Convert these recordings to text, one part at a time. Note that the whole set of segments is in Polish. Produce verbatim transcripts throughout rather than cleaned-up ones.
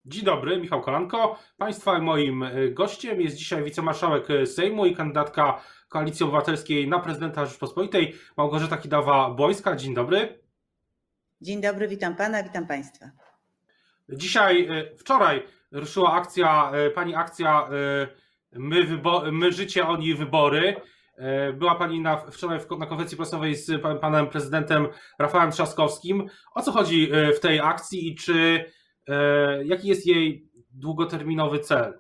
Dzień dobry, Michał Kolanko. Państwa i moim gościem jest dzisiaj wicemarszałek Sejmu i kandydatka Koalicji Obywatelskiej na prezydenta Rzeczypospolitej Małgorzata Kidawa-Błońska. Dzień dobry. Dzień dobry, witam pana, witam państwa. Dzisiaj, wczoraj ruszyła akcja, pani akcja My, wybo- My życie, oni wybory. Była pani na, wczoraj na konferencji prasowej z panem prezydentem Rafałem Trzaskowskim. O co chodzi w tej akcji i czy jaki jest jej długoterminowy cel?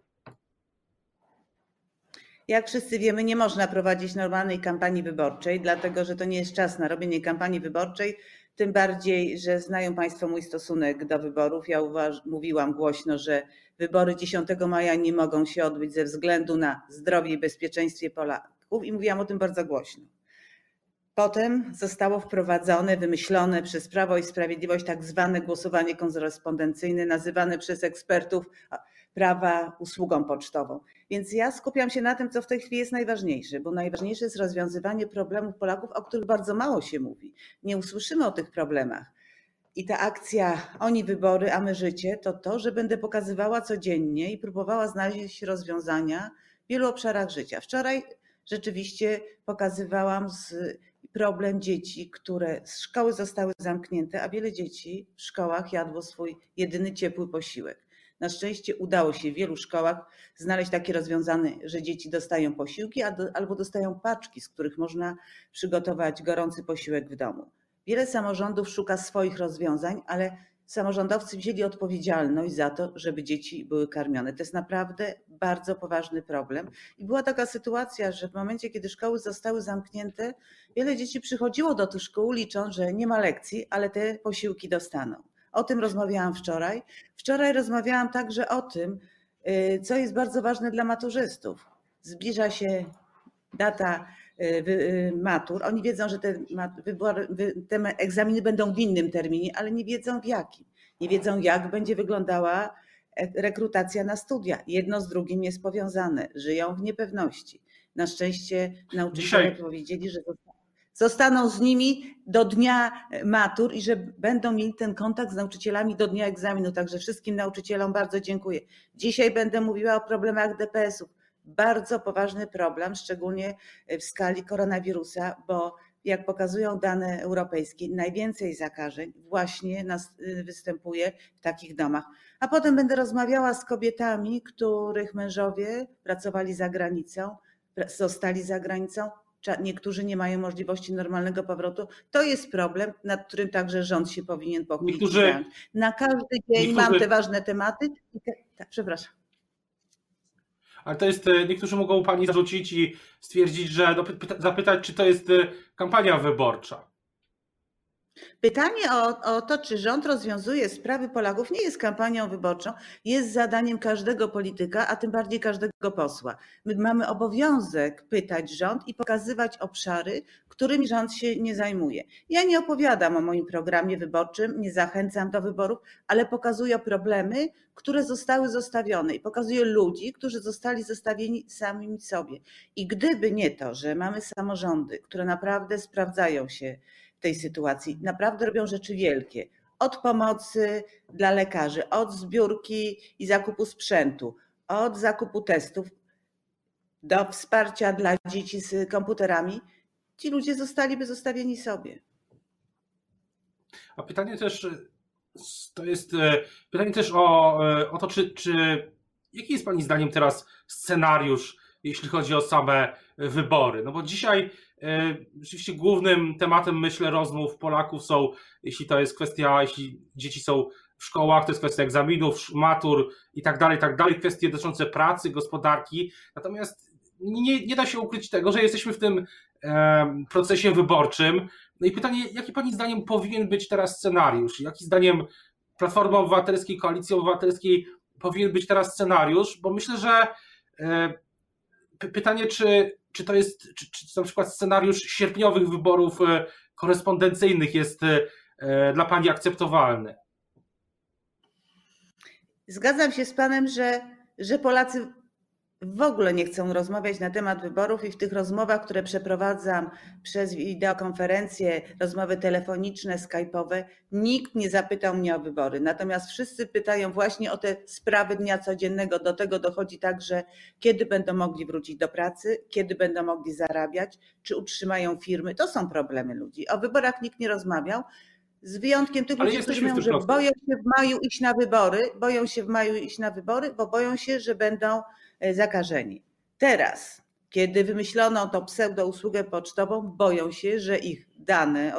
Jak wszyscy wiemy, nie można prowadzić normalnej kampanii wyborczej, dlatego że to nie jest czas na robienie kampanii wyborczej, tym bardziej, że znają państwo mój stosunek do wyborów. Ja uważ- mówiłam głośno, że wybory dziesiątego maja nie mogą się odbyć ze względu na zdrowie i bezpieczeństwie Polaków i mówiłam o tym bardzo głośno. Potem zostało wprowadzone, wymyślone przez Prawo i Sprawiedliwość tak zwane głosowanie korespondencyjne, nazywane przez ekspertów prawa usługą pocztową. Więc ja skupiam się na tym, co w tej chwili jest najważniejsze, bo najważniejsze jest rozwiązywanie problemów Polaków, o których bardzo mało się mówi. Nie usłyszymy o tych problemach. I ta akcja Oni wybory, a my życie to to, że będę pokazywała codziennie i próbowała znaleźć rozwiązania w wielu obszarach życia. Wczoraj rzeczywiście pokazywałam z problem dzieci, które z szkoły zostały zamknięte, a wiele dzieci w szkołach jadło swój jedyny ciepły posiłek. Na szczęście udało się w wielu szkołach znaleźć takie rozwiązanie, że dzieci dostają posiłki albo dostają paczki, z których można przygotować gorący posiłek w domu. Wiele samorządów szuka swoich rozwiązań, ale samorządowcy wzięli odpowiedzialność za to, żeby dzieci były karmione. To jest naprawdę bardzo poważny problem. I była taka sytuacja, że w momencie, kiedy szkoły zostały zamknięte, wiele dzieci przychodziło do tych szkół, licząc, że nie ma lekcji, ale te posiłki dostaną. O tym rozmawiałam wczoraj. Wczoraj rozmawiałam także o tym, co jest bardzo ważne dla maturzystów. Zbliża się data matur. Oni wiedzą, że te, wybory, te egzaminy będą w innym terminie, ale nie wiedzą w jakim. Nie wiedzą, jak będzie wyglądała rekrutacja na studia. Jedno z drugim jest powiązane. Żyją w niepewności. Na szczęście nauczyciele Dzisiaj... powiedzieli, że zostaną z nimi do dnia matur i że będą mieli ten kontakt z nauczycielami do dnia egzaminu. Także wszystkim nauczycielom bardzo dziękuję. Dzisiaj będę mówiła o problemach D P S-ów. Bardzo poważny problem, szczególnie w skali koronawirusa, bo jak pokazują dane europejskie, najwięcej zakażeń właśnie nas występuje w takich domach. A potem będę rozmawiała z kobietami, których mężowie pracowali za granicą, zostali za granicą. Niektórzy nie mają możliwości normalnego powrotu. To jest problem, nad którym także rząd się powinien pochylić. Niektórzy, Na każdy dzień niektórzy... mam te ważne tematy. Tak, przepraszam. Ale to jest, niektórzy mogą pani zarzucić i stwierdzić, że no, pyta, zapytać, czy to jest kampania wyborcza. Pytanie o, o to, czy rząd rozwiązuje sprawy Polaków, nie jest kampanią wyborczą, jest zadaniem każdego polityka, a tym bardziej każdego posła. My mamy obowiązek pytać rząd i pokazywać obszary, którymi rząd się nie zajmuje. Ja nie opowiadam o moim programie wyborczym, nie zachęcam do wyborów, ale pokazuję problemy, które zostały zostawione i pokazuję ludzi, którzy zostali zostawieni samym sobie. I gdyby nie to, że mamy samorządy, które naprawdę sprawdzają się w tej sytuacji, naprawdę robią rzeczy wielkie. Od pomocy dla lekarzy, od zbiórki i zakupu sprzętu, od zakupu testów, do wsparcia dla dzieci z komputerami, ci ludzie zostaliby zostawieni sobie. A pytanie też, to jest pytanie też o, o to, czy, czy jaki jest pani zdaniem teraz scenariusz, jeśli chodzi o same wybory? No bo dzisiaj rzeczywiście głównym tematem, myślę, rozmów Polaków są, jeśli to jest kwestia, jeśli dzieci są w szkołach, to jest kwestia egzaminów, matur i tak dalej, i tak dalej, kwestie dotyczące pracy, gospodarki. Natomiast nie, nie da się ukryć tego, że jesteśmy w tym e, procesie wyborczym. No i pytanie, jaki pani zdaniem powinien być teraz scenariusz? Jaki zdaniem Platformy Obywatelskiej, Koalicji Obywatelskiej powinien być teraz scenariusz? Bo myślę, że e, pytanie, czy Czy to jest, czy, czy na przykład scenariusz sierpniowych wyborów korespondencyjnych jest dla pani akceptowalny? Zgadzam się z panem, że, że Polacy w ogóle nie chcą rozmawiać na temat wyborów i w tych rozmowach, które przeprowadzam przez wideokonferencje, rozmowy telefoniczne, skype'owe, nikt nie zapytał mnie o wybory. Natomiast wszyscy pytają właśnie o te sprawy dnia codziennego. Do tego dochodzi także, kiedy będą mogli wrócić do pracy, kiedy będą mogli zarabiać, czy utrzymają firmy. To są problemy ludzi. O wyborach nikt nie rozmawiał. Z wyjątkiem tych Ale ludzi, którzy jesteśmy w mówią, tym że procesie. boją się w maju iść na wybory, boją się w maju iść na wybory, bo boją się, że będą zakażeni. Teraz, kiedy wymyślono tą pseudousługę pocztową, boją się, że ich dane,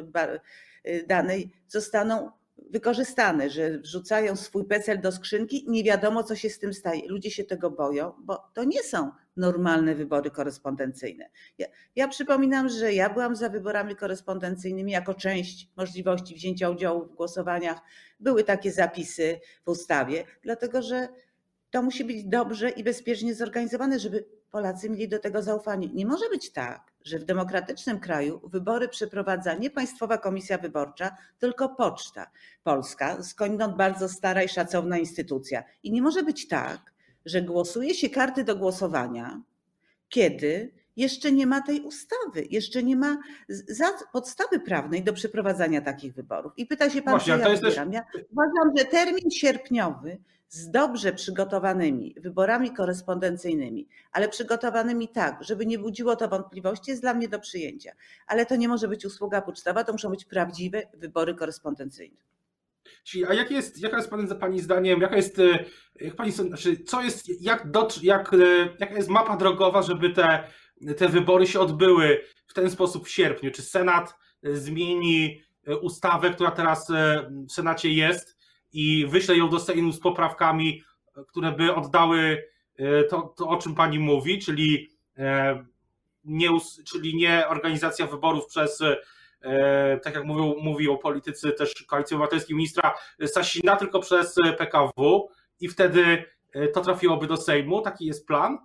dane zostaną wykorzystane, że wrzucają swój PESEL do skrzynki i nie wiadomo, co się z tym staje. Ludzie się tego boją, bo to nie są normalne wybory korespondencyjne. Ja, ja przypominam, że ja byłam za wyborami korespondencyjnymi jako część możliwości wzięcia udziału w głosowaniach. Były takie zapisy w ustawie, dlatego że to musi być dobrze i bezpiecznie zorganizowane, żeby Polacy mieli do tego zaufanie. Nie może być tak, że w demokratycznym kraju wybory przeprowadza nie Państwowa Komisja Wyborcza, tylko Poczta Polska, skądinąd bardzo stara i szacowna instytucja. I nie może być tak, że głosuje się karty do głosowania, kiedy jeszcze nie ma tej ustawy, jeszcze nie ma podstawy prawnej do przeprowadzania takich wyborów. I pyta się pan, Właśnie, co ja to jest wybieram. też... Ja uważam, że termin sierpniowy z dobrze przygotowanymi wyborami korespondencyjnymi, ale przygotowanymi tak, żeby nie budziło to wątpliwości, jest dla mnie do przyjęcia. Ale to nie może być usługa pocztowa, to muszą być prawdziwe wybory korespondencyjne. A jak jest, jaka jest pani, pani zdaniem, jaka jest, jak pani, znaczy, co jest, jak, do, jak, jaka jest mapa drogowa, żeby te, te wybory się odbyły w ten sposób w sierpniu? Czy Senat zmieni ustawę, która teraz w Senacie jest i wyśle ją do Sejmu z poprawkami, które by oddały to, to o czym pani mówi, czyli nie, czyli nie organizacja wyborów przez, tak jak mówią, mówią politycy też Koalicji Obywatelskiej, ministra Sasina, tylko przez P K W i wtedy to trafiłoby do Sejmu. Taki jest plan?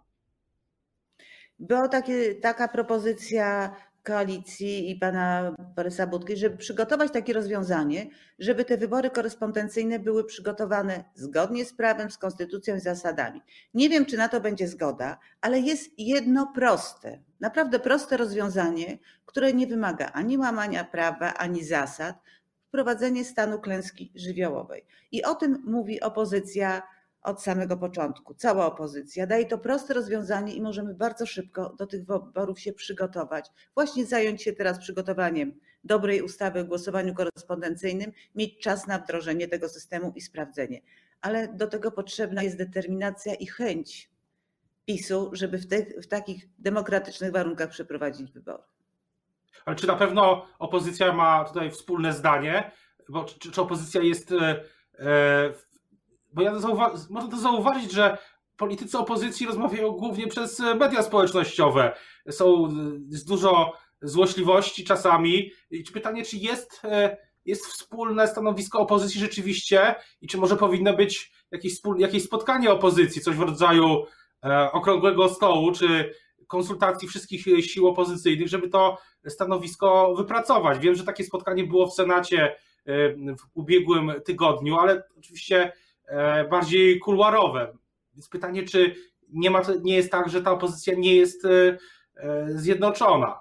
Była takie, taka propozycja koalicji i pana Borysa Budki, żeby przygotować takie rozwiązanie, żeby te wybory korespondencyjne były przygotowane zgodnie z prawem, z konstytucją i zasadami. Nie wiem, czy na to będzie zgoda, ale jest jedno proste, naprawdę proste rozwiązanie, które nie wymaga ani łamania prawa, ani zasad, wprowadzenie stanu klęski żywiołowej. I o tym mówi opozycja od samego początku, cała opozycja. Daje to proste rozwiązanie i możemy bardzo szybko do tych wyborów się przygotować. Właśnie zająć się teraz przygotowaniem dobrej ustawy o głosowaniu korespondencyjnym, mieć czas na wdrożenie tego systemu i sprawdzenie. Ale do tego potrzebna jest determinacja i chęć PiS-u, żeby w, tych, w takich demokratycznych warunkach przeprowadzić wybory. Ale czy na pewno opozycja ma tutaj wspólne zdanie? Bo czy, czy opozycja jest... E, e, Bo ja zauwa- można to zauważyć, że politycy opozycji rozmawiają głównie przez media społecznościowe. Są, jest dużo złośliwości czasami. I pytanie, czy jest, jest wspólne stanowisko opozycji rzeczywiście i czy może powinno być jakieś, wspólne, jakieś spotkanie opozycji, coś w rodzaju e, okrągłego stołu, czy konsultacji wszystkich sił opozycyjnych, żeby to stanowisko wypracować. Wiem, że takie spotkanie było w Senacie w ubiegłym tygodniu, ale oczywiście bardziej kuluarowe. Więc pytanie, czy nie, ma, nie jest tak, że ta opozycja nie jest zjednoczona?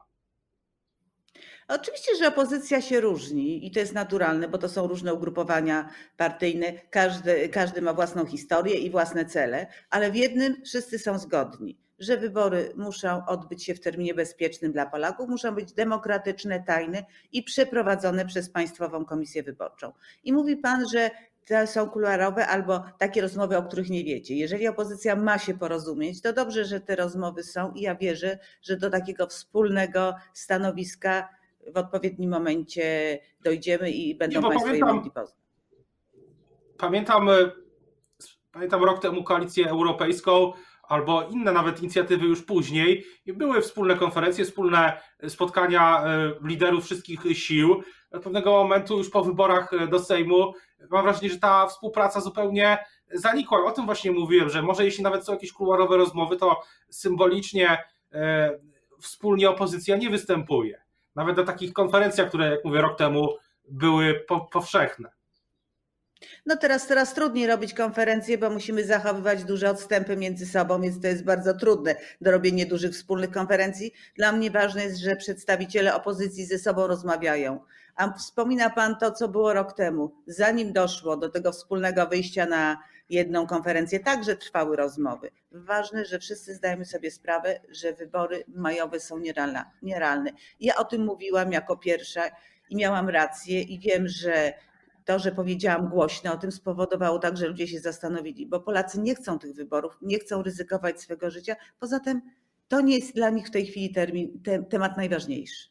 Oczywiście, że opozycja się różni i to jest naturalne, bo to są różne ugrupowania partyjne, każdy, każdy ma własną historię i własne cele, ale w jednym wszyscy są zgodni, że wybory muszą odbyć się w terminie bezpiecznym dla Polaków, muszą być demokratyczne, tajne i przeprowadzone przez Państwową Komisję Wyborczą. I mówi pan, że te są kuluarowe albo takie rozmowy, o których nie wiecie. Jeżeli opozycja ma się porozumieć, to dobrze, że te rozmowy są i ja wierzę, że do takiego wspólnego stanowiska w odpowiednim momencie dojdziemy i będą nie, Państwo pamiętam, je mogli poznać. Pamiętam, pamiętam rok temu Koalicję Europejską albo inne nawet inicjatywy już później. Były wspólne konferencje, wspólne spotkania liderów wszystkich sił. Od pewnego momentu już po wyborach do Sejmu mam wrażenie, że ta współpraca zupełnie zanikła. O tym właśnie mówiłem, że może jeśli nawet są jakieś kuluarowe rozmowy, to symbolicznie e, wspólnie opozycja nie występuje. Nawet na takich konferencjach, które, jak mówię, rok temu były po, powszechne. No teraz coraz trudniej robić konferencje, bo musimy zachowywać duże odstępy między sobą, więc to jest bardzo trudne do robienia dużych wspólnych konferencji. Dla mnie ważne jest, że przedstawiciele opozycji ze sobą rozmawiają. A wspomina pan to, co było rok temu. Zanim doszło do tego wspólnego wyjścia na jedną konferencję, także trwały rozmowy. Ważne, że wszyscy zdajemy sobie sprawę, że wybory majowe są nierealne. Ja o tym mówiłam jako pierwsza i miałam rację i wiem, że to, że powiedziałam głośno o tym, spowodowało tak, że ludzie się zastanowili, bo Polacy nie chcą tych wyborów, nie chcą ryzykować swego życia. Poza tym to nie jest dla nich w tej chwili termin, te, temat najważniejszy.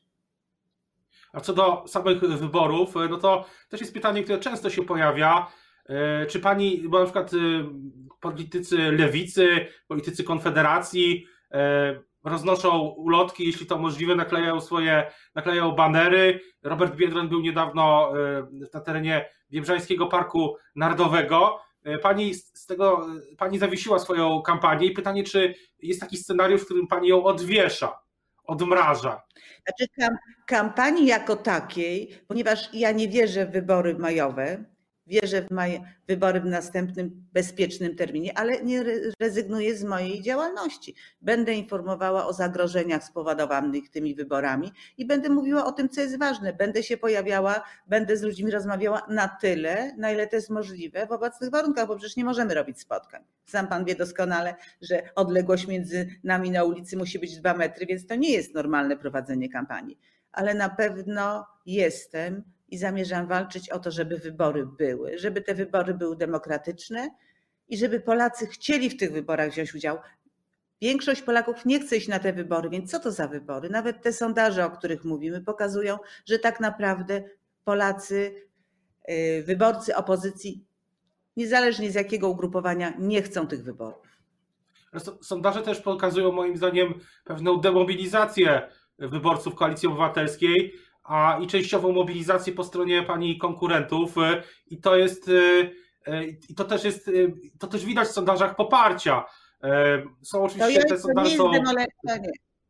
A co do samych wyborów, no to też jest pytanie, które często się pojawia. Czy pani, bo na przykład politycy lewicy, politycy Konfederacji roznoszą ulotki, jeśli to możliwe, naklejają swoje, naklejają banery. Robert Biedroń był niedawno na terenie Biebrzańskiego Parku Narodowego. Pani z tego, pani zawiesiła swoją kampanię i pytanie, czy jest taki scenariusz, w którym pani ją odwiesza, odmraża? Znaczy kampanii jako takiej, ponieważ ja nie wierzę w wybory majowe, wierzę w maj, wybory w następnym bezpiecznym terminie, ale nie rezygnuję z mojej działalności. Będę informowała o zagrożeniach spowodowanych tymi wyborami i będę mówiła o tym, co jest ważne. Będę się pojawiała, będę z ludźmi rozmawiała na tyle, na ile to jest możliwe w obecnych warunkach, bo przecież nie możemy robić spotkań. Sam pan wie doskonale, że odległość między nami na ulicy musi być dwa metry, więc to nie jest normalne prowadzenie kampanii. Ale na pewno jestem i zamierzam walczyć o to, żeby wybory były, żeby te wybory były demokratyczne i żeby Polacy chcieli w tych wyborach wziąć udział. Większość Polaków nie chce iść na te wybory, więc co to za wybory? Nawet te sondaże, o których mówimy, pokazują, że tak naprawdę Polacy, wyborcy opozycji, niezależnie z jakiego ugrupowania, nie chcą tych wyborów. Sondaże też pokazują moim zdaniem pewną demobilizację wyborców Koalicji Obywatelskiej, a i częściową mobilizację po stronie pani konkurentów i to jest i to też jest to też widać w sondażach poparcia. Są oczywiście to te jest, sondaże to nie są... jest nie.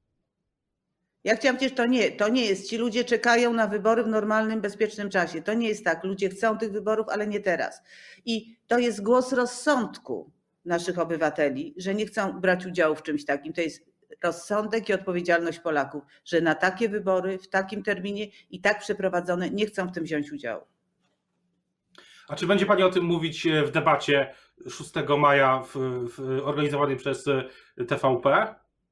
Ja chciałam powiedzieć, to nie, to nie jest. Ci ludzie czekają na wybory w normalnym, bezpiecznym czasie. To nie jest tak. Ludzie chcą tych wyborów, ale nie teraz. I to jest głos rozsądku naszych obywateli, że nie chcą brać udziału w czymś takim. To jest rozsądek i odpowiedzialność Polaków, że na takie wybory, w takim terminie i tak przeprowadzone nie chcą w tym wziąć udziału. A czy będzie pani o tym mówić w debacie szóstego maja w, w, organizowanej przez T V P?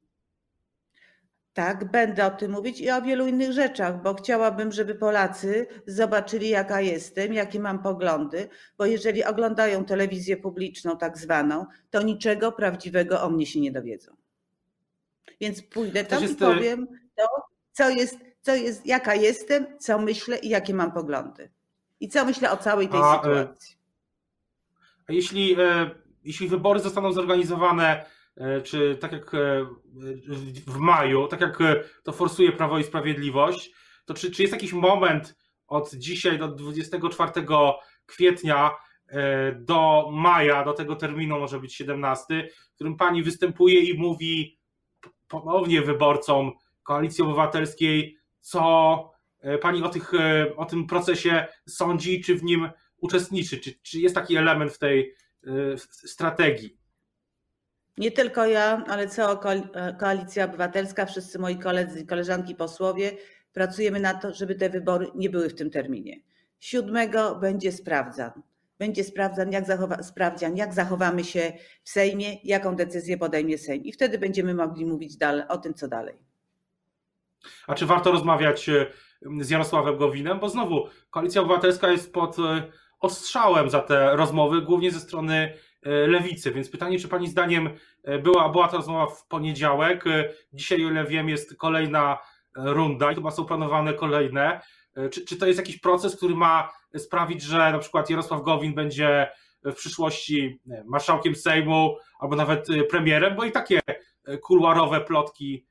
Tak, będę o tym mówić i o wielu innych rzeczach, bo chciałabym, żeby Polacy zobaczyli, jaka jestem, jakie mam poglądy, bo jeżeli oglądają telewizję publiczną tak zwaną, to niczego prawdziwego o mnie się nie dowiedzą. Więc pójdę tam jest... i powiem to, co jest, co jest, jaka jestem, co myślę i jakie mam poglądy. I co myślę o całej tej a, sytuacji. A jeśli, jeśli wybory zostaną zorganizowane, czy tak jak w maju, tak jak to forsuje Prawo i Sprawiedliwość, to czy, czy jest jakiś moment od dzisiaj do dwudziestego czwartego kwietnia do maja, do tego terminu może być siedemnasty, w którym pani występuje i mówi ponownie wyborcom Koalicji Obywatelskiej, co pani o, tych, o tym procesie sądzi, czy w nim uczestniczy, czy, czy jest taki element w tej strategii? Nie tylko ja, ale cała Koalicja Obywatelska, wszyscy moi koledzy i koleżanki posłowie pracujemy na to, żeby te wybory nie były w tym terminie. Siódmego będzie sprawdzan. Będzie sprawdzan, jak zachowa, sprawdzian, jak zachowamy się w Sejmie, jaką decyzję podejmie Sejm. I wtedy będziemy mogli mówić dalej, o tym, co dalej. A czy warto rozmawiać z Jarosławem Gowinem? Bo znowu Koalicja Obywatelska jest pod ostrzałem za te rozmowy, głównie ze strony Lewicy. Więc pytanie, czy pani zdaniem była, była ta rozmowa w poniedziałek? Dzisiaj, o ile wiem, jest kolejna runda i chyba są planowane kolejne. Czy, czy to jest jakiś proces, który ma sprawić, że na przykład Jarosław Gowin będzie w przyszłości marszałkiem Sejmu albo nawet premierem, bo i takie kuluarowe plotki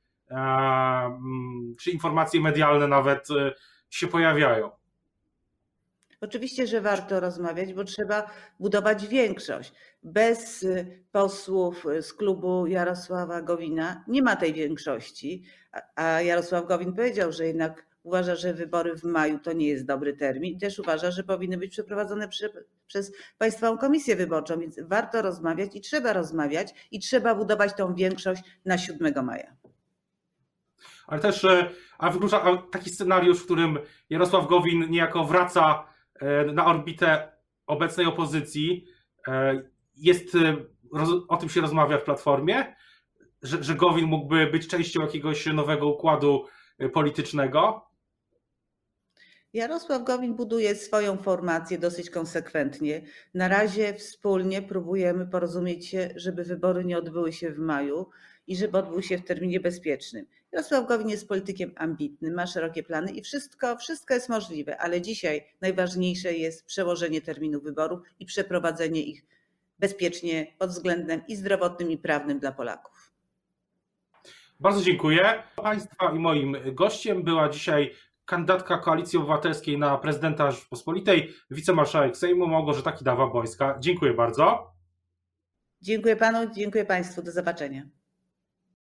czy informacje medialne nawet się pojawiają. Oczywiście, że warto rozmawiać, bo trzeba budować większość. Bez posłów z klubu Jarosława Gowina nie ma tej większości, a Jarosław Gowin powiedział, że jednak uważa, że wybory w maju to nie jest dobry termin. Też uważa, że powinny być przeprowadzone przy, przez Państwową Komisję Wyborczą, więc warto rozmawiać i trzeba rozmawiać i trzeba budować tą większość na siódmego maja. Ale też a wyklucza a taki scenariusz, w którym Jarosław Gowin niejako wraca na orbitę obecnej opozycji. Jest, o tym się rozmawia w Platformie, że, że Gowin mógłby być częścią jakiegoś nowego układu politycznego? Jarosław Gowin buduje swoją formację dosyć konsekwentnie. Na razie wspólnie próbujemy porozumieć się, żeby wybory nie odbyły się w maju i żeby odbyły się w terminie bezpiecznym. Jarosław Gowin jest politykiem ambitnym, ma szerokie plany i wszystko, wszystko jest możliwe, ale dzisiaj najważniejsze jest przełożenie terminu wyborów i przeprowadzenie ich bezpiecznie pod względem i zdrowotnym, i prawnym dla Polaków. Bardzo dziękuję. Państwa i moim gościem była dzisiaj kandydatka Koalicji Obywatelskiej na prezydenta Rzeczypospolitej, wicemarszałek Sejmu Małgorzata Kidawa-Błońska. Dziękuję bardzo. Dziękuję panu, dziękuję państwu. Do zobaczenia.